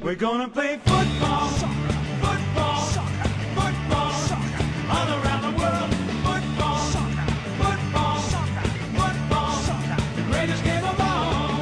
We're gonna play football, football, football, all around the world. Football, football, football, the greatest game of all.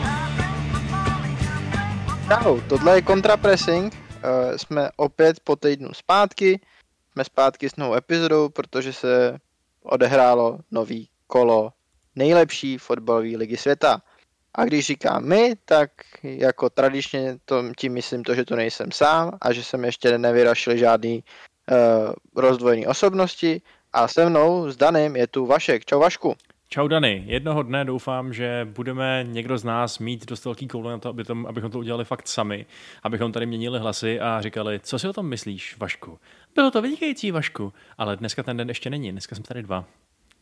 Čau, tohle je Kontrapressing, jsme opět po týdnu zpátky, jsme zpátky s novou epizodou, protože se odehrálo nový kolo nejlepší fotbalové ligy světa. A když říkám my, tak jako tradičně tím myslím to, že to nejsem sám a že jsem ještě nevyrašil žádný rozdvojený osobnosti a se mnou s Danem je tu Vašek. Čau Vašku. Čau Dany, jednoho dne doufám, že budeme někdo z nás mít dost velký koule na to, abychom to udělali fakt sami, abychom tady měnili hlasy a říkali, co si o tom myslíš, Vašku? Bylo to vynikající, Vašku, ale dneska ten den ještě není, dneska jsme tady dva.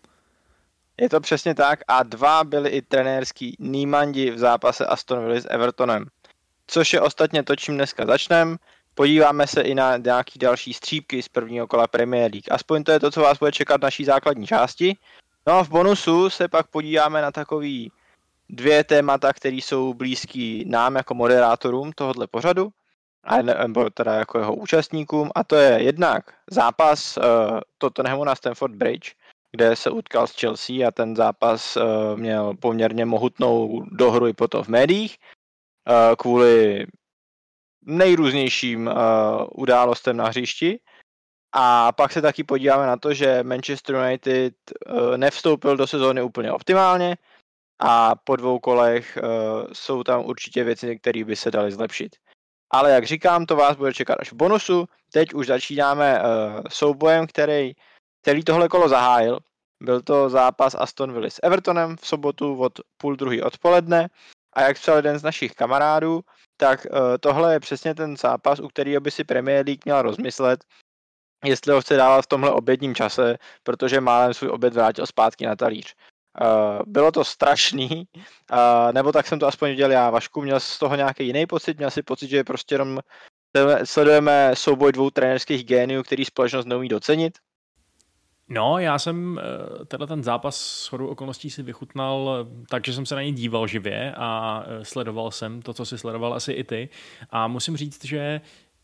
Je to přesně tak a dva byli i trenérský nímandi v zápase Aston Villa s Evertonem. Což je ostatně to, čím dneska začneme. Podíváme se i na nějaký další střípky z prvního kola Premier League. Aspoň to je to, co vás bude čekat v naší základní části. No a v bonusu se pak podíváme na takový dvě témata, které jsou blízký nám jako moderátorům tohoto pořadu, nebo teda jako jeho účastníkům, a to je jednak zápas Tottenhamu na Stamford Bridge, kde se utkal s Chelsea a ten zápas měl poměrně mohutnou dohru i potom v médiích kvůli nejrůznějším událostem na hřišti. A pak se taky podíváme na to, že Manchester United nevstoupil do sezóny úplně optimálně a po dvou kolech jsou tam určitě věci, které by se daly zlepšit. Ale jak říkám, to vás bude čekat až v bonusu. Teď už začínáme soubojem, který tohle kolo zahájil. Byl to zápas Aston Villa s Evertonem v sobotu od 12:30 odpoledne a jak psal jeden z našich kamarádů, tak tohle je přesně ten zápas, u kterého by si Premier League měla rozmyslet, jestli ho chce dávat v tomhle obědním čase, protože málem svůj oběd vrátil zpátky na talíř. Bylo to strašný, nebo tak jsem to aspoň viděl já. Vašku, měl z toho nějaký jiný pocit? Měl si pocit, že prostě jenom sledujeme souboj dvou trenérských géniů, který společnost neumí docenit? No, já jsem ten zápas shodou okolností si vychutnal tak, že jsem se na něj díval živě a sledoval jsem to, co si sledoval asi i ty. A musím říct, že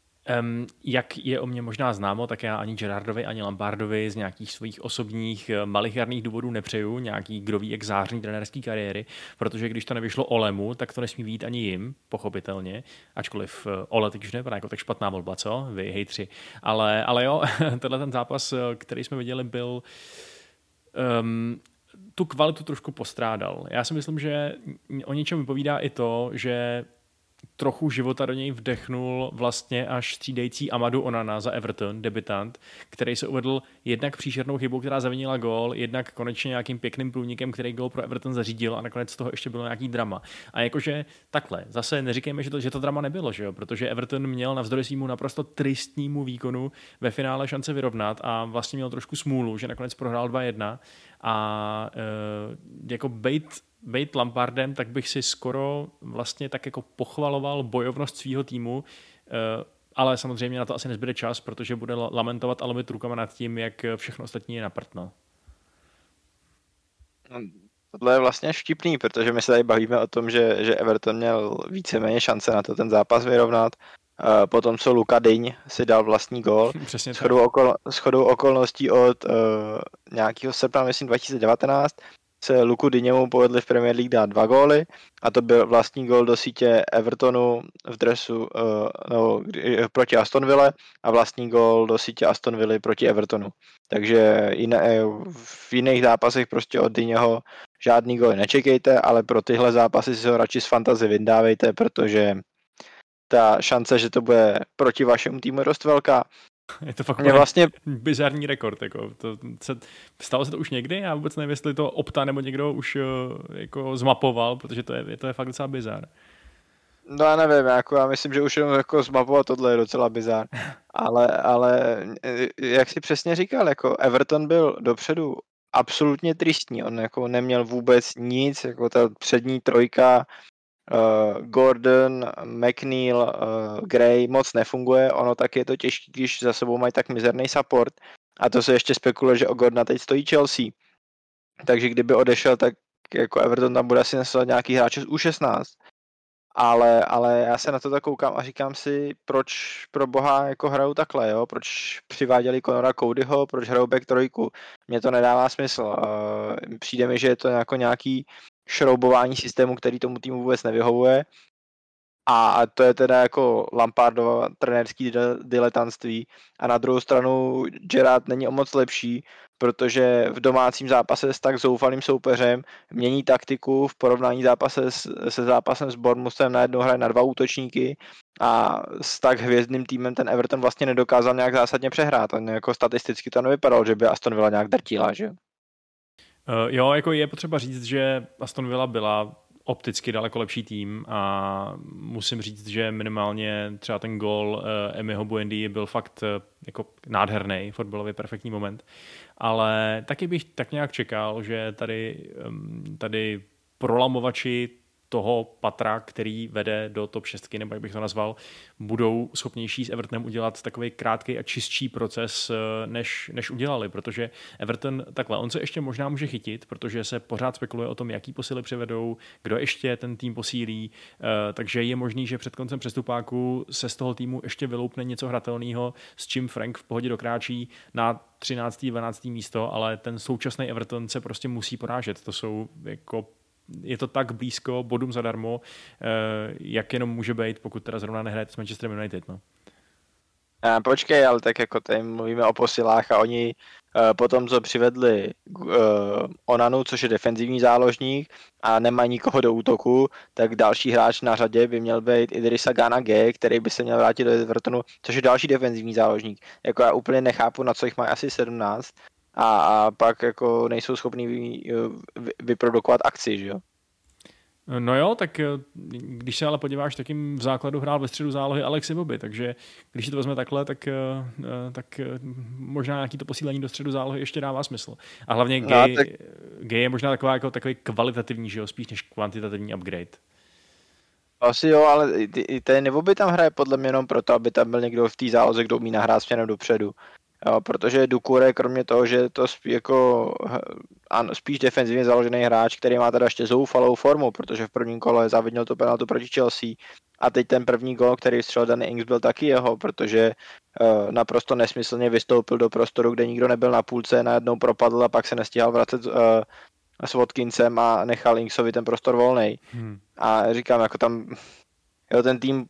jak je o mě možná známo, tak já ani Gerrardovi, ani Lampardovi z nějakých svých osobních malicherných důvodů nepřeju nějaký kdo ví jak zářný trenérský kariéry, protože když to nevyšlo Olemu, tak to nesmí být ani jim, pochopitelně, ačkoliv Ole teď už nebyla jako tak špatná volba, co? Vy hejtři. Ale jo, tenhle ten zápas, který jsme viděli, byl tu kvalitu trošku postrádal. Já si myslím, že o něčem vypovídá i to, že trochu života do něj vdechnul vlastně až střídající Amadou Onana za Everton, debutant, který se uvedl jednak příšernou chybou, která zavinila gól, jednak konečně nějakým pěkným průnikem, který gól pro Everton zařídil a nakonec z toho ještě bylo nějaký drama. A jakože takhle, zase neříkejme, že to drama nebylo, že jo? Protože Everton měl navzdory svýmu naprosto tristnímu výkonu ve finále šance vyrovnat a vlastně měl trošku smůlu, že nakonec prohrál 2-1 a jako bejt Lampardem, tak bych si skoro vlastně tak jako pochvaloval bojovnost svého týmu, ale samozřejmě na to asi nezbyde čas, protože bude lamentovat a lomit rukama nad tím, jak všechno ostatní je na prd. No. Tohle je vlastně vtipný, protože my se tady bavíme o tom, že Everton měl víceméně šance na to ten zápas vyrovnat. Potom co Luka Dyň si dal vlastní gól. Shodou okolností od nějakého srpna, myslím 2019, se Luku Dyněmu povedli v Premier League dát 2 góly a to byl vlastní gól do sítě Evertonu v dresu proti Aston Ville a vlastní gól do sítě Aston Ville proti Evertonu. Takže v jiných zápasech prostě od Dyněho žádný góly nečekejte, ale pro tyhle zápasy si ho radši z fantasy vyndávejte, protože ta šance, že to bude proti vašemu týmu je dost velká. Je to fakt vlastně bizarní rekord. Jako. Stalo se to už někdy? Já vůbec nevím, jestli to Opta nebo někdo už jako zmapoval, protože to je fakt docela bizar. No já nevím, já myslím, že už jenom jako zmapovat tohle je docela bizar. Ale jak jsi přesně říkal, jako Everton byl dopředu absolutně tristní. On jako neměl vůbec nic, jako ta přední trojka Gordon, McNeil, Gray moc nefunguje, ono tak je to těžké, když za sebou mají tak mizerný support a to se ještě spekuluje, že o Gordona teď stojí Chelsea, takže kdyby odešel, tak jako Everton tam bude asi nasledovat nějaký hráče z U16 ale já se na to tak koukám a říkám si, proč pro boha jako hrajou takhle, jo? Proč přiváděli Conora Codyho, proč hrajou back trojku? Mně to nedává smysl. Přijde mi, že je to jako nějaký šroubování systému, který tomu týmu vůbec nevyhovuje. A to je teda jako Lampardova trenérský diletantství. A na druhou stranu Gerrard není o moc lepší, protože v domácím zápase s tak zoufalým soupeřem mění taktiku v porovnání se zápasem s Bournemouthem, najednou hraje na 2 útočníky a s tak hvězdným týmem ten Everton vlastně nedokázal nějak zásadně přehrát. A jako statisticky to nevypadalo, že by Aston Villa nějak drtila, že? Jo, jako je potřeba říct, že Aston Villa byla opticky daleko lepší tým a musím říct, že minimálně třeba ten gól Emiho Buendy byl fakt jako nádherný, fotbalově perfektní moment, ale taky bych tak nějak čekal, že tady prolamovači toho patra, který vede do top 6, nebo jak bych to nazval, budou schopnější s Evertonem udělat takový krátký a čistší proces, než udělali, protože Everton takhle, on se ještě možná může chytit, protože se pořád spekuluje o tom, jaký posily přivedou, kdo ještě ten tým posílí, takže je možný, že před koncem přestupáku se z toho týmu ještě vyloupne něco hratelného, s čím Frank v pohodě dokráčí na 13. 12. místo, ale ten současný Everton se prostě musí porážet. To jsou jako je to tak blízko bodům zadarmo, jak jenom může být, pokud teda zrovna nehraje s Manchester United. No. Počkej, ale tak jako tady mluvíme o posilách a oni potom, co přivedli Onanu, což je defenzivní záložník a nemají nikoho do útoku, tak další hráč na řadě by měl být Idrissa Gana G, který by se měl vrátit do Evertonu, což je další defenzivní záložník. Jako já úplně nechápu, na co jich mají asi 17 a pak jako nejsou schopní vyprodukovat akci, že jo? No jo, tak když se ale podíváš, tak jim v základu hrál ve středu zálohy Alex Iwobi, takže když si to vezme takhle, tak možná nějaký to posílení do středu zálohy ještě dává smysl. A hlavně Gay je možná takový kvalitativní, že jo, spíš než kvantitativní upgrade. Asi jo, ale i ten Iwobi tam hraje podle mě jenom proto, aby tam byl někdo v té záloze, kdo umí nahrát směrem dopředu. Jo, protože Doucouré, kromě toho, že je to spíš defenzivně založený hráč, který má teda ještě zoufalou formu, protože v prvním kole zavinil to penaltu proti Chelsea a teď ten první gol, který vstřelil Danny Ings, byl taky jeho, protože naprosto nesmyslně vystoupil do prostoru, kde nikdo nebyl na půlce, najednou propadl a pak se nestíhal vracet s Watkinsem a nechal Ingsovi ten prostor volnej. A říkám, jako tam ten tým,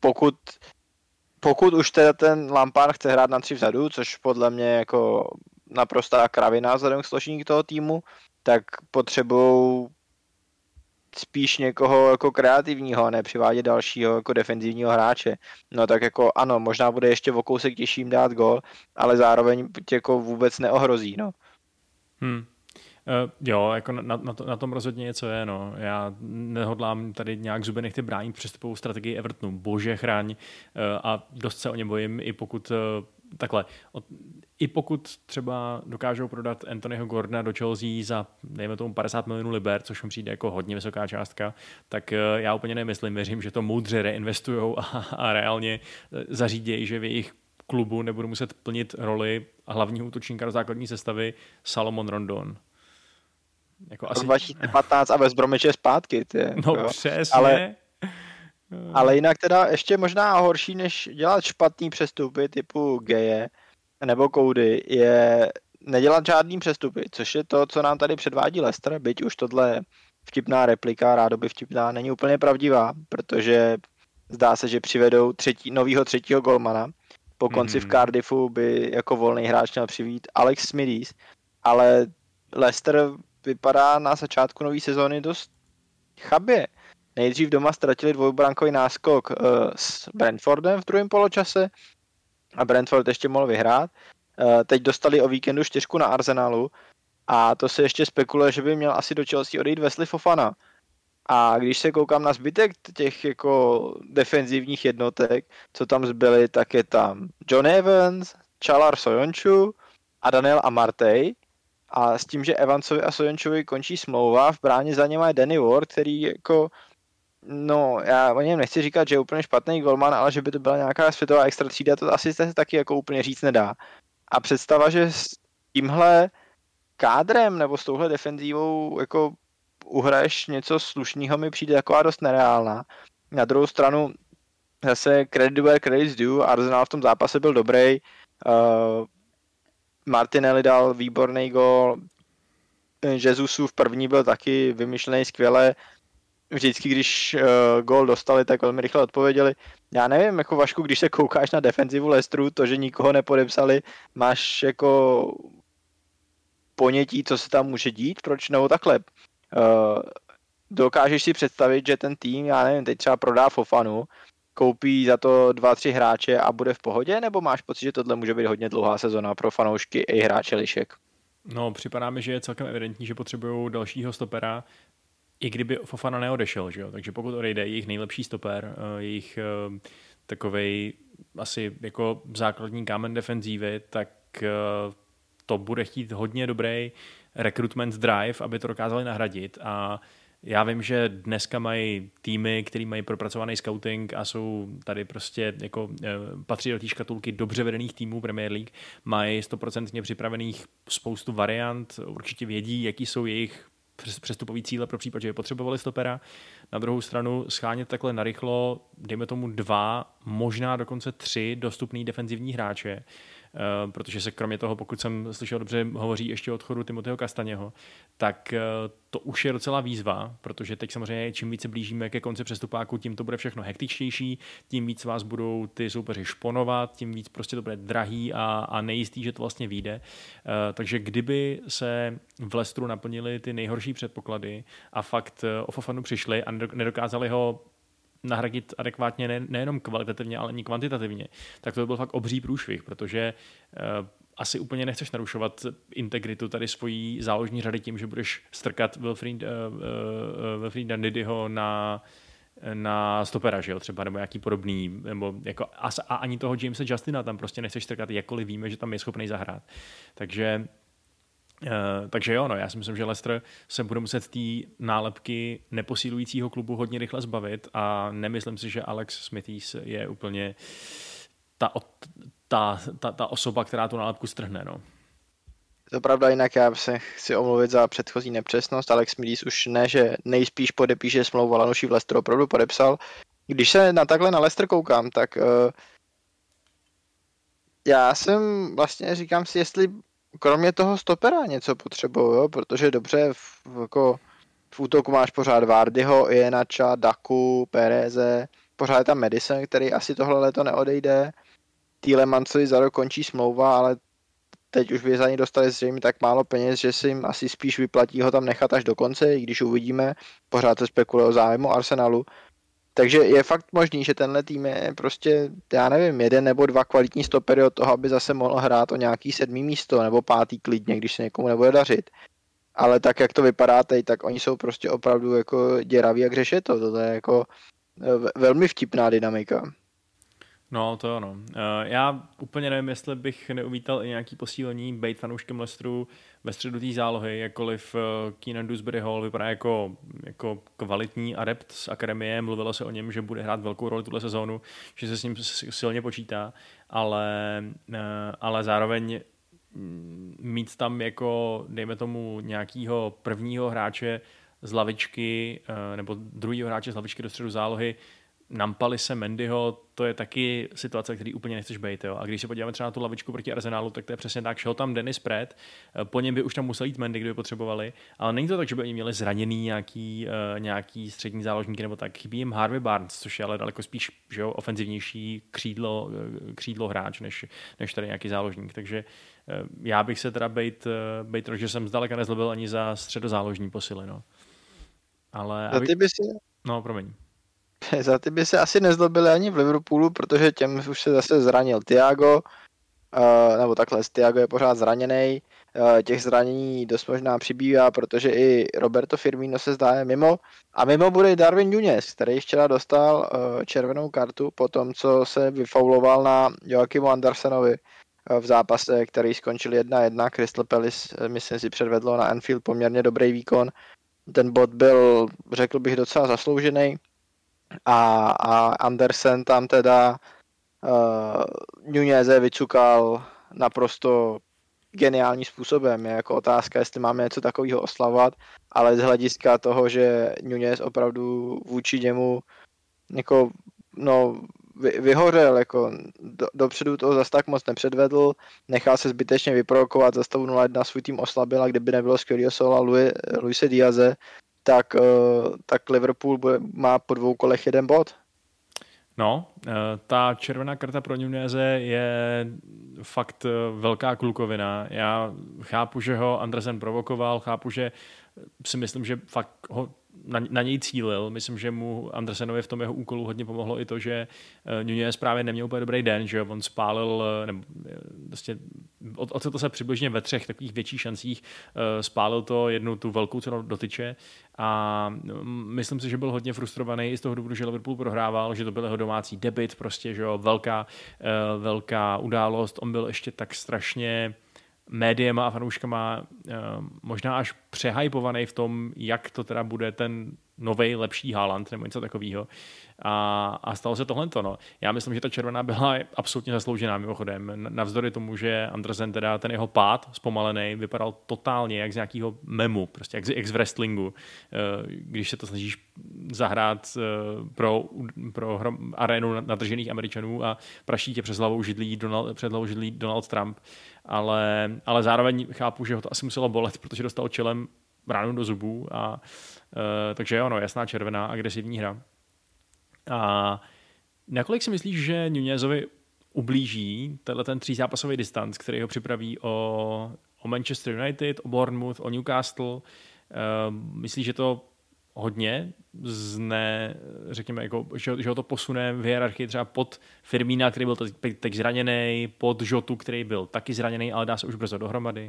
pokud už teda ten Lampard chce hrát na 3 vzadu, což podle mě jako naprostá kravina vzhledem k složení toho týmu, tak potřebují spíš někoho jako kreativního, ne přivádět dalšího jako defenzivního hráče. No tak jako ano, možná bude ještě o kousek těžším dát gol, ale zároveň tě jako vůbec neohrozí, no. Jo, jako na tom rozhodně něco je, no. Já nehodlám tady nějak zuby nechty bránit přestupovou strategii Evertonu. Bože chraň a dost se o ně bojím, i pokud třeba dokážou prodat Anthonyho Gordona do Chelsea za, dejme tomu, 50 milionů liber, což mi přijde jako hodně vysoká částka, tak já úplně nemyslím, věřím, že to moudře reinvestujou a reálně zařídějí, že v jejich klubu nebudu muset plnit roli hlavního útočníka do základní sestavy Salomon Rondon. Jako asi 2015 a West Bromwich je zpátky. No jo. Přesně. Ale jinak teda ještě možná horší, než dělat špatný přestupy typu Gaye nebo Cody, je nedělat žádný přestupy, což je to, co nám tady předvádí Leicester, byť už tohle vtipná replika, rádoby vtipná, není úplně pravdivá, protože zdá se, že přivedou novýho třetího golmana. Po konci v Cardiffu by jako volný hráč měl přivít Alex Smithis, ale Leicester vypadá na začátku nové sezóny dost chabě. Nejdřív doma ztratili 2brankový náskok s Brentfordem v druhém poločase a Brentford ještě mohl vyhrát. Teď dostali o víkendu 4 na Arsenalu a to se ještě spekuluje, že by měl asi do Chelsea odejít Wesley Fofana. A když se koukám na zbytek těch jako defenzivních jednotek, co tam zbyly, tak je tam John Evans, Chalar Soyuncu a Daniel Amartey. A s tím, že Evansovi a Soyuncuovi končí smlouva, v bráně za něma je Danny Ward, který jako, no já o něm nechci říkat, že je úplně špatný golman, ale že by to byla nějaká světová extra třída, to asi se taky jako úplně říct nedá. A představa, že s tímhle kádrem nebo s touhle defenzívou jako uhraješ něco slušného, mi přijde taková dost nereálná. Na druhou stranu zase credit where credit's due, Arsenal v tom zápase byl dobrý, Martinelli dal výborný gól, Jesusův první byl taky vymyšlený skvěle, vždycky, když gól dostali, tak velmi rychle odpověděli. Já nevím, jako Vašku, když se koukáš na defenzivu Leicesteru, to, že nikoho nepodepsali, máš jako ponětí, co se tam může dít, proč nebo takhle. Dokážeš si představit, že ten tým, já nevím, teď třeba prodá Fofanu, koupí za to 2-3 hráče a bude v pohodě, nebo máš pocit, že tohle může být hodně dlouhá sezona pro fanoušky i hráče lišek? No, připadá mi, že je celkem evidentní, že potřebují dalšího stopera, i kdyby Fofana neodešel, že jo? Takže pokud odejde jejich nejlepší stoper, jejich takovej asi jako základní kámen defenzívy, tak to bude chtít hodně dobrý recruitment drive, aby to dokázali nahradit. A já vím, že dneska mají týmy, který mají propracovaný scouting a jsou tady prostě jako patří do té škatulky dobře vedených týmů Premier League, mají 100% připravených spoustu variant, určitě vědí, jaký jsou jejich přestupový cíle pro případ, že by potřebovali stopera. Na druhou stranu schánět takhle narychlo, dejme tomu 2, možná dokonce 3 dostupný defenzivní hráče, protože se kromě toho, pokud jsem slyšel dobře, hovoří ještě o odchodu Timoteho Castaněho, tak to už je docela výzva, protože teď samozřejmě čím více blížíme ke konci přestupáku, tím to bude všechno hektičtější, tím víc vás budou ty soupeři šponovat, tím víc prostě to bude drahý a nejistý, že to vlastně vyjde. Takže kdyby se v Leicesteru naplnili ty nejhorší předpoklady a fakt o Fofanu přišli a nedokázali ho nahradit adekvátně nejenom kvalitativně, ale ani kvantitativně, tak to by byl fakt obří průšvih, protože asi úplně nechceš narušovat integritu tady svojí záložní řady tím, že budeš strkat Wilfrieda Ndidiho na stopera, že jo, třeba, nebo nějaký podobný, nebo jako, a ani toho Jamesa Justina tam prostě nechceš strkat, jakkoliv víme, že tam je schopný zahrát. Takže jo, no, já si myslím, že Leicester se bude muset té nálepky neposílujícího klubu hodně rychle zbavit a nemyslím si, že Alex Smithies je úplně ta osoba, která tu nálepku strhne. No. To pravda, jinak já se chci omluvit za předchozí nepřesnost. Alex Smithies už ne, že nejspíš podepíše smlouvu, ale už ji v Leicesteru opravdu podepsal. Když se takhle na Leicester koukám, tak já jsem vlastně říkám si, jestli kromě toho stopera něco potřebuju, protože dobře v útoku máš pořád Vardyho, Ienacha, Daku, Pereze, pořád je tam Madison, který asi tohle leto neodejde. Tielemannsovi za rok končí smlouva, ale teď už by za ní dostali zřejmě tak málo peněz, že si jim asi spíš vyplatí ho tam nechat až do konce, i když uvidíme, pořád se spekuluje o zájmu Arsenalu. Takže je fakt možný, že tenhle tým je prostě, já nevím, 1 nebo 2 kvalitní stopery od toho, aby zase mohl hrát o nějaký 7. místo nebo 5. klidně, když se někomu nebude dařit. Ale tak, jak to vypadá teď, tak oni jsou prostě opravdu jako děraví jak řešeto. To je jako velmi vtipná dynamika. No, to ano. Já úplně nevím, jestli bych neuvítal i nějaký posílení, bejt fanouškem Leicesteru ve středu té zálohy, jakkoliv Keenan Dewsbury Hall vypadá jako kvalitní adept z akademie, mluvilo se o něm, že bude hrát velkou roli tuhle sezónu, že se s ním silně počítá, ale zároveň mít tam jako, dejme tomu, nějakýho prvního hráče z lavičky nebo druhýho hráče z lavičky do středu zálohy, Nampali se Mendyho, to je taky situace, který úplně nechceš bejt. Jo? A když se podíváme třeba na tu lavičku proti Arsenálu, tak to je přesně tak. Šel tam Dennis Pratt, po něm by už tam musel jít Mendy, kdyby potřebovali, ale není to tak, že by oni měli zraněný nějaký střední záložník nebo tak. Chybí jim Harvey Barnes, což je ale daleko spíš, že jo, ofenzivnější křídlo hráč, než tady nějaký záložník. Takže já bych se teda bejt, že jsem zdaleka nezlobil ani za středozáložní posily. No. Ale No, promiň. Za ty by se asi nezlobili ani v Liverpoolu, protože těm už se zase zranil Thiago, nebo takhle, Thiago je pořád zraněný, těch zranění dost možná přibývá, protože i Roberto Firmino se zdá je mimo, a mimo bude i Darwin Núñez, který včera dostal červenou kartu po tom, co se vyfauloval na Joachimu Andersenovi v zápase, který skončil 1-1. Crystal Palace, myslím si, předvedlo na Anfield poměrně dobrý výkon. Ten bod byl, řekl bych, docela zasloužený. A Andersen tam teda Núñeze vycukal naprosto geniální způsobem. Je jako otázka, jestli máme něco takového oslavovat, ale z hlediska toho, že Núñez opravdu vůči němu jako, no, vyhořel, jako dopředu toho zas tak moc nepředvedl, nechal se zbytečně vyprovokovat, za stavu 0-1 svůj tým oslabil a kdyby nebylo skvělého sola Luise Diaze, tak Liverpool má po 2 kolech 1 bod. No, ta červená karta pro Nuneze je fakt velká klukovina. Já chápu, že ho Andersen provokoval, chápu, že si myslím, že fakt ho na něj cílil. Myslím, že mu Andersenovi v tom jeho úkolu hodně pomohlo i to, že Nunez právě neměl úplně dobrý den, že on spálil, nebo vlastně ocitl se přibližně ve 3 takových větších šancích, spálil to jednu tu velkou cenu do tyče a myslím si, že byl hodně frustrovaný i z toho důvodu, že Liverpool prohrával, že to byl jeho domácí debut, prostě, že jo, velká událost. On byl ještě tak strašně médiema a fanouškama možná až přehypovaný v tom, jak to teda bude ten novej lepší Haaland nebo něco takového. A stalo se tohle. No. Já myslím, že ta červená byla absolutně zasloužená mimochodem. Navzdory tomu, že Andersen teda ten jeho pád zpomalený vypadal totálně jak z nějakého memu, prostě jak z wrestlingu. Když se to snažíš zahrát pro arénu nadržených Američanů a praší tě před hlavou židlí Donald Trump. Ale zároveň chápu, že ho to asi muselo bolet, protože dostal čelem ránu do zubů a takže ano, jasná červená, agresivní hra. A nakolik si myslíš, že Nunezovi ublíží ten 3zápasový distanc, který ho připraví o Manchester United, o Bournemouth, o Newcastle? Myslíš, že to hodně řekněme, jako, že ho to posune v hierarchii třeba pod Firmína, který byl teď zraněný, pod Jotu, který byl taky zraněný, ale dá se už brzo dohromady?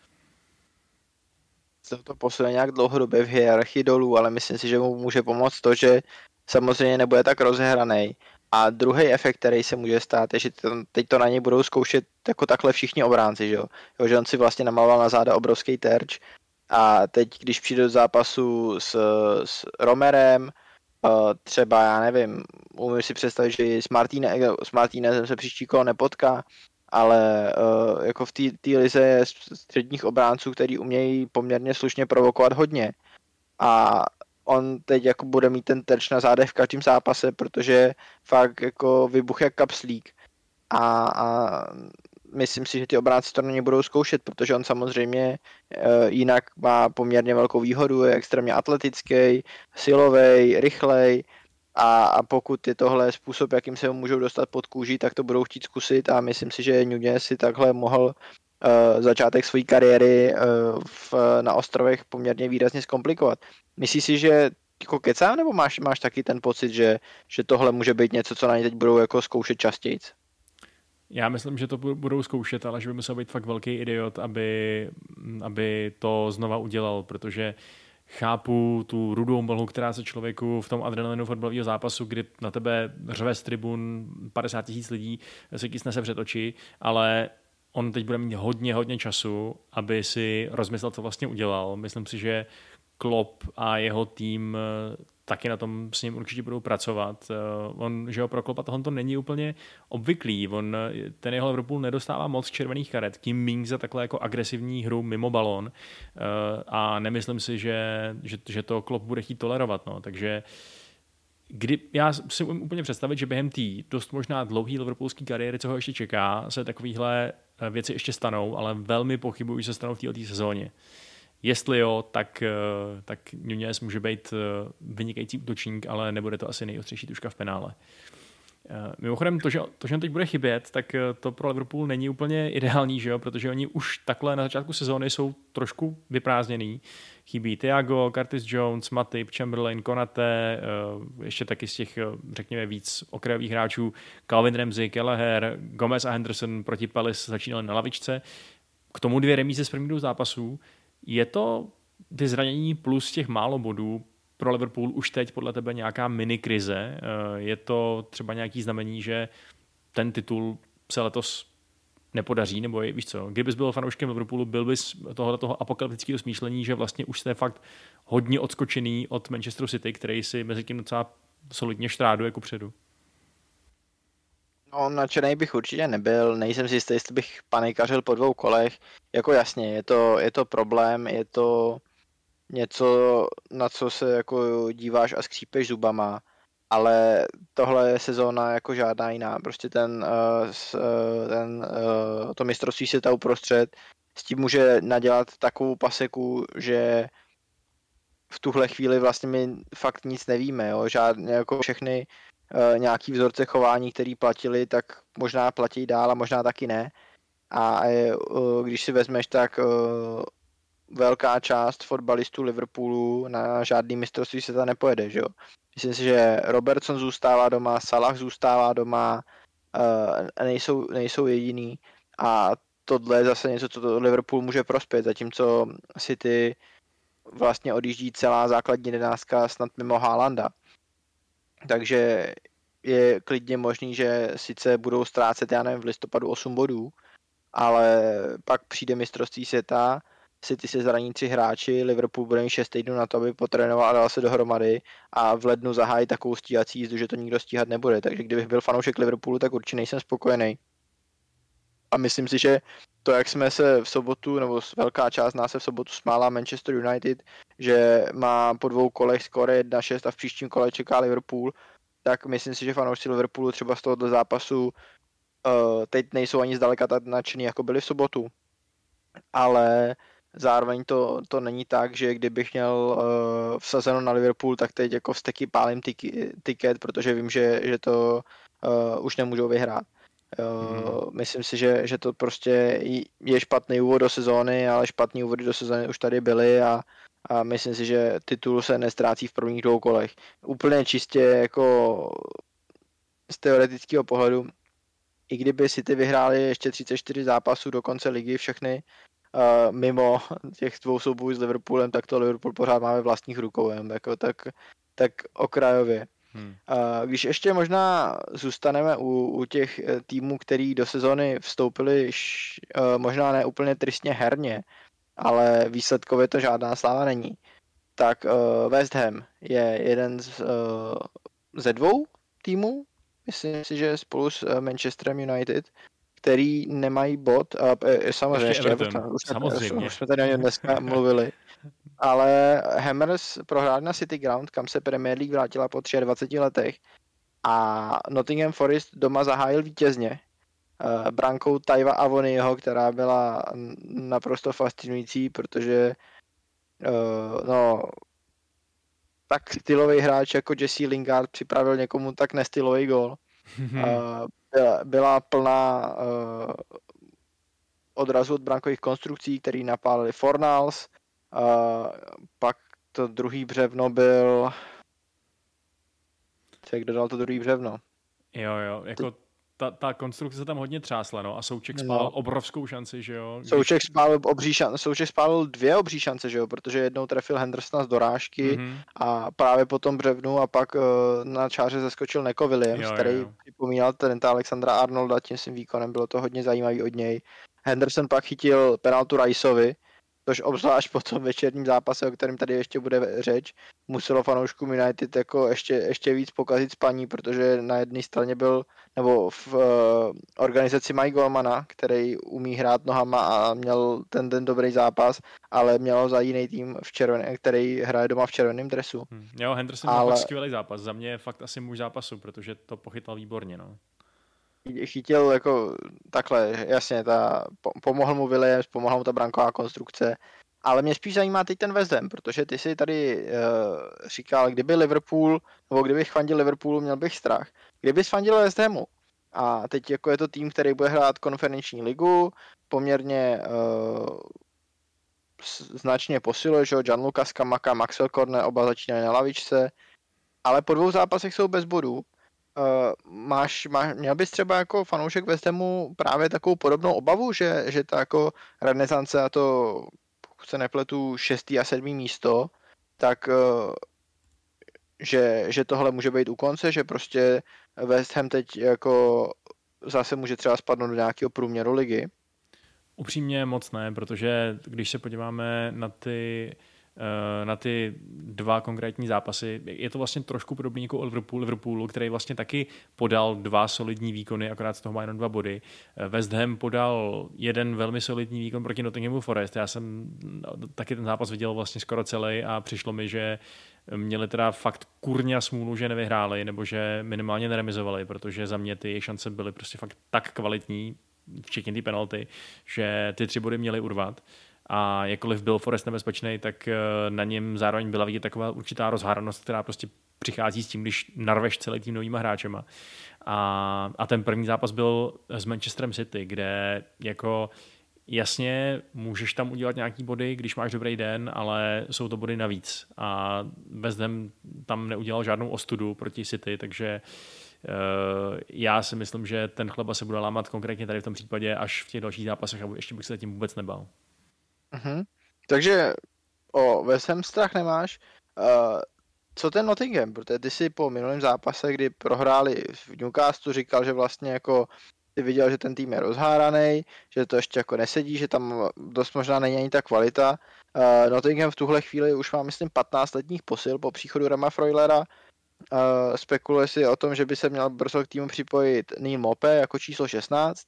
Se to posune nějak dlouhodobě v hierarchii dolů, ale myslím si, že mu může pomoct to, že samozřejmě nebude tak rozehraný. A druhý efekt, který se může stát, je, že teď to na něj budou zkoušet jako takhle všichni obránci, že jo? Že on si vlastně namaloval na záda obrovský terč a teď, když přijde do zápasu s Romerem, třeba, já nevím, umím si představit, že s Martínezem se příští kolo nepotká, ale jako v té lize je středních obránců, který umějí poměrně slušně provokovat hodně. A on teď jako bude mít ten terč na zádech v každém zápase, protože fakt jako vybuch jak kapslík. A myslím si, že ty obránci to na ně budou zkoušet, protože on samozřejmě jinak má poměrně velkou výhodu, je extrémně atletický, silový, rychlej. A pokud je tohle způsob, jakým se ho můžou dostat pod kůži, tak to budou chtít zkusit a myslím si, že Nunez si takhle mohl začátek své kariéry na ostrovech poměrně výrazně zkomplikovat. Myslíš si, že jako kecám, nebo máš taky ten pocit, že tohle může být něco, co na ně teď budou jako zkoušet častěji? Já myslím, že to budou zkoušet, ale že by musel být fakt velký idiot, aby to znova udělal, protože chápu tu rudou mlhu, která se člověku v tom adrenalinu fotbalového zápasu, kdy na tebe řve z tribun 50 000 lidí, se ti snese před oči, ale on teď bude mít hodně času, aby si rozmyslel, co vlastně udělal. Myslím si, že Klopp a jeho tým taky na tom s ním určitě budou pracovat. Že pro Kloppa tohle to není úplně obvyklý. Ten jeho Liverpool nedostává moc červených karet, tím míň za takhle jako agresivní hru mimo balón a nemyslím si, že to Klopp bude chtít tolerovat. No. Takže já si umím úplně představit, že během té dost možná dlouhý liverpoolský kariéry, co ho ještě čeká, se takovéhle věci ještě stanou, ale velmi pochybuji, že se stanou v této sezóně. Jestli jo, tak Nunez může být vynikající útočník, ale nebude to asi nejostřejší tuška v penále. Mimochodem, to, že on teď bude chybět, tak to pro Liverpool není úplně ideální, že jo? Protože oni už takhle na začátku sezóny jsou trošku vyprázdněný. Chybí Thiago, Curtis Jones, Matip, Chamberlain, Konate, ještě taky z těch, řekněme, víc okrajových hráčů, Calvin Ramsey, Kelleher, Gomez a Henderson proti Palace začínali na lavičce. K tomu 2 remíze z prvních 2 zápasů. Je to ty zranění plus těch málo bodů pro Liverpool už teď podle tebe nějaká mini krize? Je to třeba nějaký znamení, že ten titul se letos nepodaří, nebo víš co, kdybys byl fanouškem Liverpoolu, byl bys toho apokalyptického smýšlení, že vlastně už jste fakt hodně odskočený od Manchesteru City, který si mezi tím docela solidně štráduje kupředu? No, nadšenej bych určitě nebyl, nejsem si jistý, jestli bych panikařil po 2 kolech. Jako jasně, je to problém, je to něco, na co se jako díváš a skřípeš zubama, ale tohle je sezóna jako žádná jiná. Prostě to mistrovství světa uprostřed s tím může nadělat takovou paseku, že v tuhle chvíli vlastně my fakt nic nevíme. Jo? Žádně jako všechny nějaký vzorce chování, který platili, tak možná platí dál a možná taky ne. A když si vezmeš, tak velká část fotbalistů Liverpoolu na žádný mistrovství světa nepojede, že jo. Myslím si, že Robertson zůstává doma, Salah zůstává doma, nejsou jediný a tohle je zase něco, co Liverpool může prospět, zatímco City vlastně odjíždí celá základní jedenáctka snad mimo Haalanda. Takže je klidně možný, že sice budou ztrácet, já nevím, v listopadu 8 bodů, ale pak přijde mistrovství světa, City se zraní 3 hráči, Liverpool bude mít 6 týdnů na to, aby potrénoval a dal se dohromady a v lednu zahájí takovou stíhací jízdu, že to nikdo stíhat nebude. Takže kdybych byl fanoušek Liverpoolu, tak určitě nejsem spokojený. A myslím si, že to, jak jsme se v sobotu, nebo velká část nás se v sobotu smála Manchester United, že má po 2 kolech skóre 1-6 a v příštím kole čeká Liverpool, tak myslím si, že fanoušci Liverpoolu třeba z tohoto zápasu teď nejsou ani zdaleka tak nadšený, jako byli v sobotu. Ale zároveň to není tak, že kdybych měl vsazeno na Liverpool, tak teď jako vsteky pálím tiket, protože vím, že to už nemůžou vyhrát. Myslím si, že to prostě je špatný úvod do sezóny, ale špatný úvody do sezóny už tady byly a myslím si, že titul se nestrácí v prvních 2 kolech. Úplně čistě jako z teoretického pohledu, i kdyby City vyhráli ještě 34 zápasů do konce ligy všechny mimo těch 2 soubojů s Liverpoolem, tak to Liverpool pořád máme vlastních rukou, jako tak okrajově. Když ještě možná zůstaneme u těch týmů, který do sezóny vstoupili možná ne úplně tristně herně, ale výsledkově to žádná sláva není, tak West Ham je jeden ze 2 týmů, myslím si, že spolu s Manchesterem United, který nemají bod, samozřejmě ještě Everton. Už jsme tady o něm dneska mluvili. Ale Hammers prohráli na City Ground, kam se Premier League vrátila po 23 letech a Nottingham Forest doma zahájil vítězně brankou Taiva Avoniho, která byla naprosto fascinující, protože tak stylový hráč jako Jesse Lingard připravil někomu tak nestylový gól. Byla plná odrazu od brankových konstrukcí, který napálili Fornals. Pak to druhý břevno byl... Kdo dal to druhý břevno? Jo, jako ta konstrukce se tam hodně třásla, no, a Souček spálil obrovskou šanci, že jo? Souček spálil 2 obří šance, že jo, protože jednou trefil Hendersona z dorážky a právě po tom břevnu a pak na čáře zeskočil Neco Williams, který připomínal Trenta Alexandra-Arnolda tím svým výkonem, bylo to hodně zajímavý od něj. Henderson pak chytil penaltu Riceovi, což obzvlášť po tom večerním zápase, o kterém tady ještě bude řeč, muselo fanouškům United jako ještě víc pokazit spaní, protože na jedné straně byl, nebo v organizaci mají golmana, který umí hrát nohama a měl ten dobrý zápas, ale mělo za jiný tým který hraje doma v červeném dresu. Jo, Henderson měl fakt skvělý zápas, za mě je fakt asi muž zápasu, protože to pochytal výborně, no. Chytil jako takhle, jasně, pomohl mu Williams, pomohla mu ta branková konstrukce, ale mě spíš zajímá teď ten West Ham, protože ty si tady říkal, kdyby Liverpool, nebo kdybych fandil Liverpoolu, měl bych strach. Kdybys fandil West Hamu a teď jako je to tým, který bude hrát konferenční ligu, poměrně značně posiluje, že Gianluca Scamacca, Maxwell Cornet, oba začínají na lavičce, ale po 2 zápasech jsou bez bodů. Měl bys třeba jako fanoušek West Hamu právě takovou podobnou obavu, že ta jako renesance a to, pokud se nepletu, 6. a 7. místo, tak že tohle může být u konce, že prostě West Ham teď jako zase může třeba spadnout do nějakého průměru ligy? Upřímně moc ne, protože když se podíváme na ty 2 konkrétní zápasy. Je to vlastně trošku podobný jako Liverpoolu, který vlastně taky podal 2 solidní výkony, akorát z toho má jenom 2 body. West Ham podal 1 velmi solidní výkon proti Nottinghamu Forest. Já jsem taky ten zápas viděl vlastně skoro celý a přišlo mi, že měli teda fakt kurňa smůlu, že nevyhráli, nebo že minimálně neremizovali, protože za mě ty jejich šance byly prostě fakt tak kvalitní, včetně ty penalty, že ty 3 body měli urvat. A jakkoliv byl Forest nebezpečný, tak na něm zároveň byla vidět taková určitá rozháranost, která prostě přichází s tím, když narveš celý tým novýma hráčema. A ten první zápas byl s Manchesterem City, kde jako jasně můžeš tam udělat nějaký body, když máš dobrý den, ale jsou to body navíc. A West Ham tam neudělal žádnou ostudu proti City, takže já si myslím, že ten chleba se bude lámat konkrétně tady v tom případě až v těch dalších zápasech a ještě bych se tím vůbec nebál. Takže o West Ham strach nemáš. Co ten Nottingham? Protože ty si po minulém zápase, kdy prohráli v Newcastlu, říkal, že vlastně jako ty viděl, že ten tým je rozháraný, že to ještě jako nesedí, že tam dost možná není ani ta kvalita. Nottingham v tuhle chvíli už má, myslím, 15 letních posil po příchodu Rama Froilera. Spekuluje si o tom, že by se měl brzo k týmu připojit Neil Maupay jako číslo 16.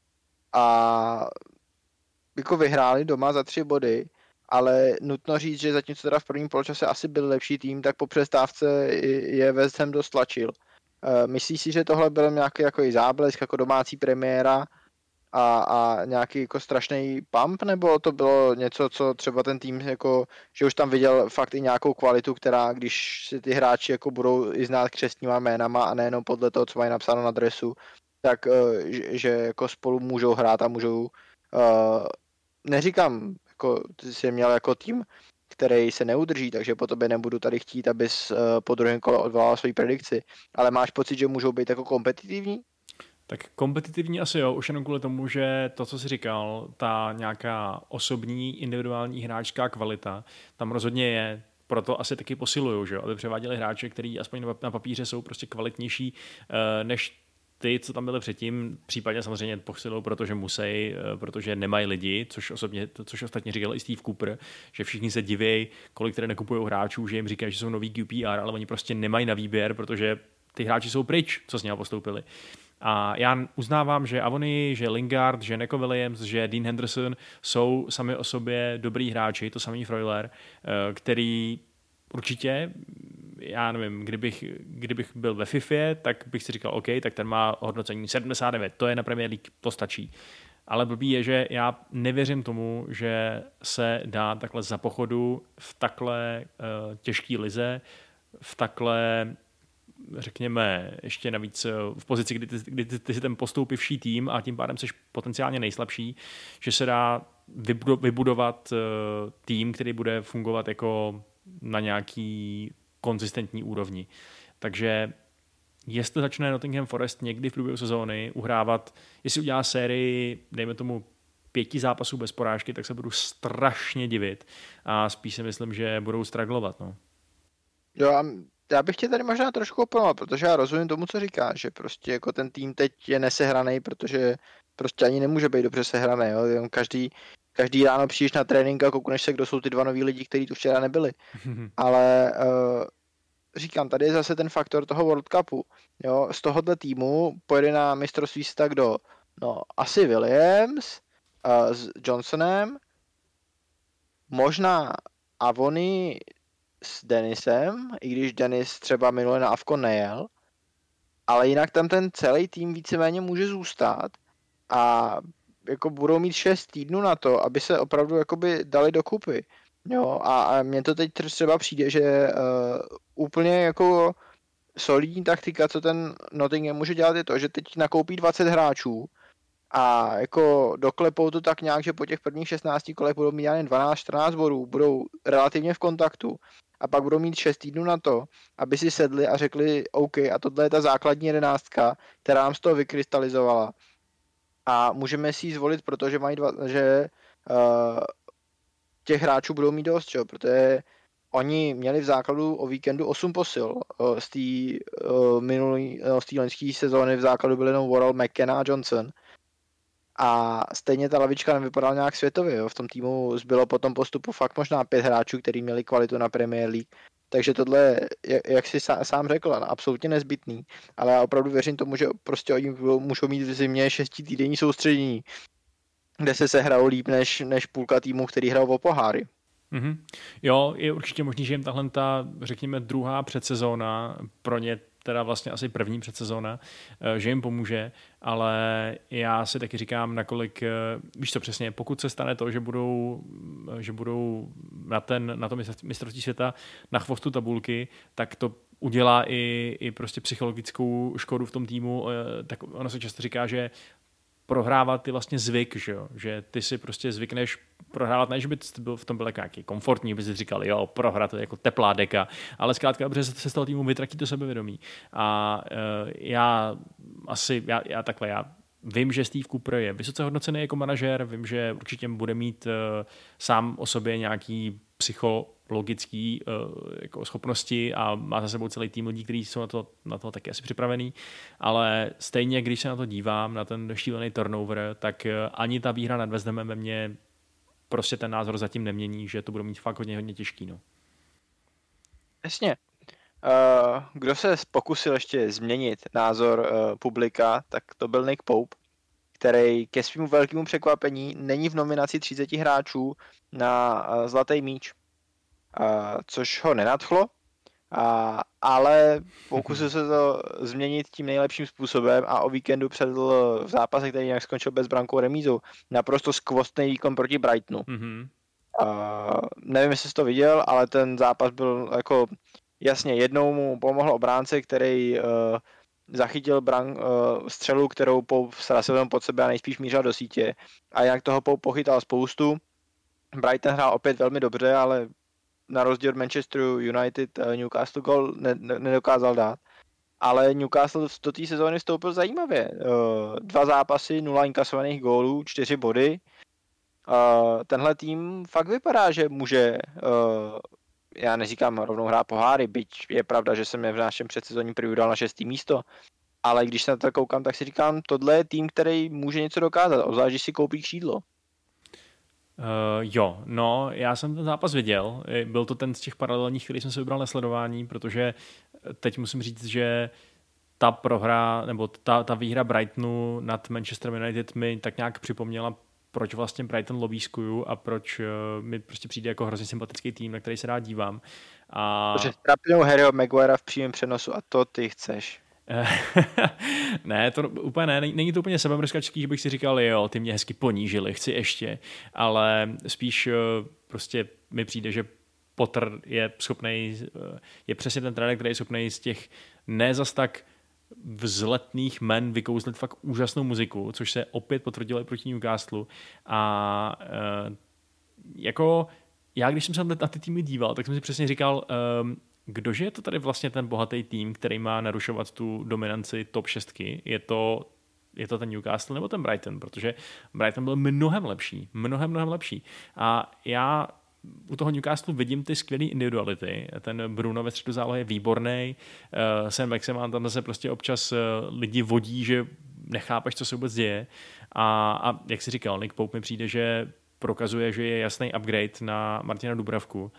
A jako vyhráli doma za 3 body, ale nutno říct, že zatímco teda v prvním poločase asi byl lepší tým, tak po přestávce je West Ham dost tlačil. Myslíš si, že tohle byl nějaký jako i záblesk jako domácí premiéra a nějaký jako strašný pump, nebo to bylo něco, co třeba ten tým jako, že už tam viděl fakt i nějakou kvalitu, která když si ty hráči jako budou i znát křestníma jménama a nejenom podle toho, co mají napsáno na dresu, tak že jako spolu můžou hrát a můžou neříkám, jako ty jsi měl jako tým, který se neudrží, takže po tobě nebudu tady chtít, abys po druhém kole odvolal svoji predikci, ale máš pocit, že můžou být jako kompetitivní? Tak kompetitivní asi jo, už jenom kvůli tomu, že to, co jsi říkal, ta nějaká osobní, individuální hráčská kvalita, tam rozhodně je, proto asi taky posilují, že jo, aby převáděli hráče, kteří aspoň na papíře jsou prostě kvalitnější než ty, co tam byly předtím, případně samozřejmě posilují, protože musí, protože nemají lidi, což ostatně říkal i Steve Cooper, že všichni se diví, kolik tedy nekupují hráčů, že jim říkají, že jsou nový QPR, ale oni prostě nemají na výběr, protože ty hráči jsou pryč, co s něho postoupili. A já uznávám, že Avony, že Lingard, že Neco Williams, že Dean Henderson jsou sami o sobě dobrý hráči, to samý Freuler, který určitě, já nevím, kdybych byl ve FIFA, tak bych si říkal, OK, tak ten má hodnocení 79, to je na Premier League, to stačí. Ale blbý je, že já nevěřím tomu, že se dá takhle za pochodu v takhle těžký lize, v takhle řekněme, ještě navíc v pozici, kdy ty si ten postoupivší tým a tím pádem jsi potenciálně nejslabší, že se dá vybudovat tým, který bude fungovat jako na nějaký konzistentní úrovni. Takže jestli začne Nottingham Forest někdy v průběhu sezóny uhrávat, jestli udělá sérii, dejme tomu 5 zápasů bez porážky, tak se budu strašně divit a spíš si myslím, že budou straglovat. No. Jo, a já bych tě tady možná trošku oponovat, protože já rozumím tomu, co říkáš, že prostě jako ten tým teď je nesehraný, protože prostě ani nemůže být dobře sehraný. Jo? Každý ráno přijdeš na trénink a koukneš se, kdo jsou ty 2 noví lidi, kteří tu včera nebyli. Ale říkám, tady je zase ten faktor toho World Cupu. Jo? Z tohohle týmu pojede na mistrovství světa kdo? No, asi Williams s Johnsonem, možná Avony s Denisem, i když Denis třeba minule na Afcon nejel, ale jinak tam ten celý tým víceméně může zůstat a jako budou mít 6 týdnů na to, aby se opravdu jakoby dali dokupy. Jo, a mně to teď třeba přijde, že úplně jako solidní taktika, co ten Nottingham může dělat, je to, že teď nakoupí 20 hráčů a jako doklepou to tak nějak, že po těch prvních 16 kolech budou mít jen 12-14 bodů, budou relativně v kontaktu a pak budou mít 6 týdnů na to, aby si sedli a řekli OK, a tohle je ta základní 11, která nám z toho vykrystalizovala. A můžeme si ji zvolit, protože mají těch hráčů budou mít dost, čo? Protože oni měli v základu o víkendu 8 posil. Z té loňské sezóny v základu byly jenom Worrell, McKenna a Johnson. A stejně ta lavička nevypadala nějak světově. Jo. V tom týmu zbylo potom postupu fakt možná 5 hráčů, kteří měli kvalitu na Premier League. Takže tohle, jak jsi sám řekl, absolutně nezbytný. Ale já opravdu věřím tomu, že prostě oni můžou mít v zimě 6týdenní soustředění, kde se sehrajou líp než půlka týmu, který hrajou o poháry. Mm-hmm. Jo, je určitě možný, že jim tahle ta, řekněme, druhá předsezóna, pro ně teda vlastně asi první předsezóna, že jim pomůže, ale já si taky říkám, nakolik, víš co přesně, pokud se stane to, že budou na to mistrovství světa na chvostu tabulky, tak to udělá i prostě psychologickou škodu v tom týmu. Tak ono se často říká, že prohrávat je vlastně zvyk, že ty si prostě zvykneš prohrávat, ne, že by v tom byl jako nějaký komfortní, by si říkal, jo, prohrát to je jako teplá deka, ale zkrátka dobře se z toho týmu vytratí to sebevědomí. A já vím, že Steve Cooper je vysoce hodnocený jako manažer, vím, že určitě bude mít sám o sobě nějaký psychologický jako schopnosti a má za sebou celý tým lidí, kteří jsou na to taky asi připravený, ale stejně, když se na to dívám, na ten šílený turnover, tak ani ta výhra nad West Hamem ve mně prostě ten názor zatím nemění, že to bude mít fakt hodně těžký. No. Jasně. Kdo se pokusil ještě změnit názor publika, tak to byl Nick Pope, který ke svému velkému překvapení není v nominaci 30 hráčů na Zlatý míč, což ho nenadchlo, ale pokusil se to změnit tím nejlepším způsobem a o víkendu předl v zápase, který nějak skončil bez brankou remízou, naprosto skvostný výkon proti Brightonu. Mm-hmm. Nevím, jestli jsi to viděl, ale ten zápas byl jako jasně, jednou mu pomohl obránce, který zachytil střelu, kterou Pope srazil pod sebe a nejspíš mířil do sítě. A jak toho Pope pochytal spoustu. Brighton hrál opět velmi dobře, ale na rozdíl od Manchester United Newcastle gol nedokázal dát. Ale Newcastle do té sezóny vstoupil zajímavě. 2 zápasy, 0 inkasovaných gólů, 4 body. Tenhle tým fakt vypadá, že může, já neříkám rovnou hrát poháry, byť je pravda, že jsem je v našem předsezónním preview dal na 6. místo, ale když se na to koukám, tak si říkám, tohle je tým, který může něco dokázat, obzvlášť, když si koupí křídlo. Jo, no, já jsem ten zápas viděl, byl to ten z těch paralelních, který jsem si vybral na sledování, protože teď musím říct, že ta prohra, nebo ta výhra Brightonu nad Manchester United mi tak nějak připomněla, proč vlastně Brighton lobískuju a proč mi prostě přijde jako hrozně sympatický tým, na který se rád dívám. Protože trapnou Harryho Maguirea v přímém přenosu a to ty chceš. Ne, to úplně ne, není to úplně sebemrskačský, že bych si říkal, jo, ty mě hezky ponížili, chci ještě, ale spíš prostě mi přijde, že Potter je schopnej, je přesně ten trenér, který je schopnej z těch ne zas tak vzletných men vykouzlit fakt úžasnou muziku, což se opět potvrdilo i proti Newcastle a jako já, když jsem se na ty týmy díval, tak jsem si přesně říkal, kdože je to tady vlastně ten bohatý tým, který má narušovat tu dominanci top 6? Je to ten Newcastle nebo ten Brighton? Protože Brighton byl mnohem lepší. A já u toho Newcastle vidím ty skvělé individuality. Ten Bruno ve středu zálohy je výborný. Sam Maximan tam zase prostě občas lidi vodí, že nechápeš, co se vůbec děje. A jak jsi říkal, Nick Pope mi přijde, že prokazuje, že je jasný upgrade na Martina Dubravku.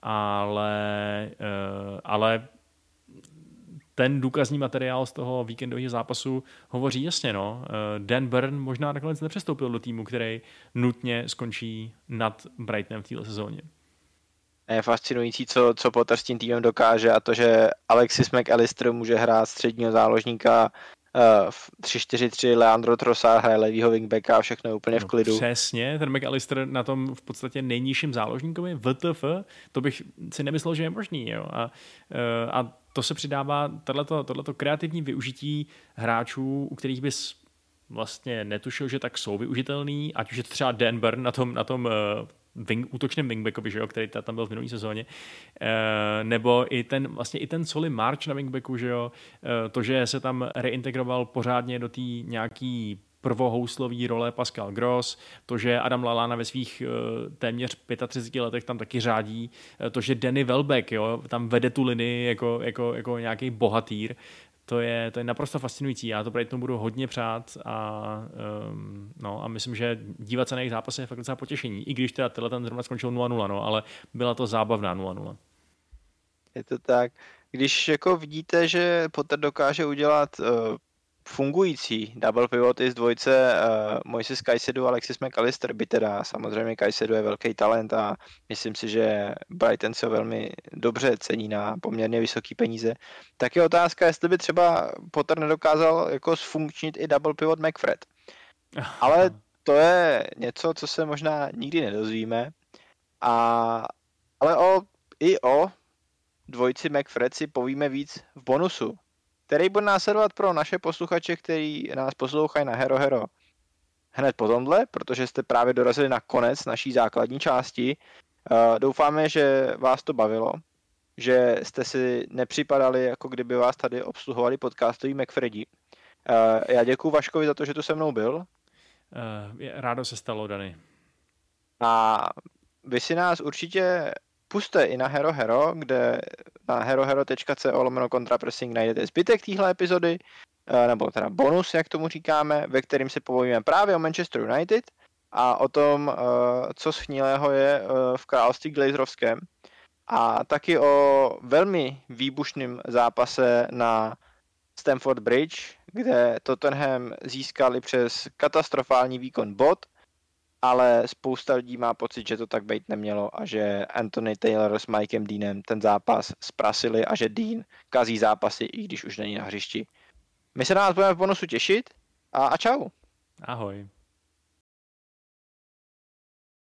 Ale ten důkazní materiál z toho víkendového zápasu hovoří jasně. No. Dan Burn možná nakonec nepřestoupil do týmu, který nutně skončí nad Brightonem v této sezóně. Je fascinující, co Potter s tím týmem dokáže a to, že Alexis McAllister může hrát středního záložníka v 3-4-3, Leandro Trossard hraje levýho wingbacka a všechno je úplně v klidu. Přesně, ten McAllister na tom v podstatě nejnižším záložníkovi, WTF, to bych si nemyslel, že je možný. Jo? A to se přidává tohleto kreativní využití hráčů, u kterých bys vlastně netušil, že tak jsou využitelný, ať už je to třeba Dan Burn na tom útočném wingbackovi, že jo, který tam byl v minulý sezóně, nebo i ten Solly March na wingbacku, že jo, to, že se tam reintegroval pořádně do té nějaký prvohouslový role Pascal Gross, to, že Adam Lallana ve svých téměř 35 letech tam taky řádí, to, že Danny Welbeck, jo, tam vede tu linii jako nějaký bohatýr, to je naprosto fascinující. Já to Brightonu budu hodně přát a myslím, že dívat se na jejich zápasy je fakt docela potěšení. I když teda ten zrovna skončil 0-0, no, ale byla to zábavná 0-0. Je to tak. Když jako vidíte, že Potter dokáže udělat fungující double pivoty z dvojce Moises Caicedo a Alexis McAllister, by teda samozřejmě Caicedo je velký talent a myslím si, že Brighton se ho velmi dobře cení na poměrně vysoký peníze, tak je otázka, jestli by třeba Potter nedokázal jako zfunkčnit i double pivot McFred. Ale to je něco, co se možná nikdy nedozvíme. Ale i o dvojici McFred si povíme víc v bonusu, který bude následovat pro naše posluchače, který nás poslouchají na Hero Hero hned po tomhle, protože jste právě dorazili na konec naší základní části. Doufáme, že vás to bavilo, že jste si nepřipadali, jako kdyby vás tady obsluhovali podcastoví McFredi. Já děkuju Vaškovi za to, že tu se mnou byl. Rádo se stalo, Dany. A vy si nás určitě puste i na Hero Hero, kde na herohero.co/contrapressing najdete zbytek téhle epizody, nebo teda bonus, jak tomu říkáme, ve kterým se povíme právě o Manchester United a o tom, co schnilého je v království glazerovském a taky o velmi výbušném zápase na Stamford Bridge, kde Tottenham získali přes katastrofální výkon bod, ale spousta lidí má pocit, že to tak být nemělo a že Anthony Taylor s Mikem Deanem ten zápas zprasili a že Dean kazí zápasy, i když už není na hřišti. My se na vás budeme v bonusu těšit a čau. Ahoj.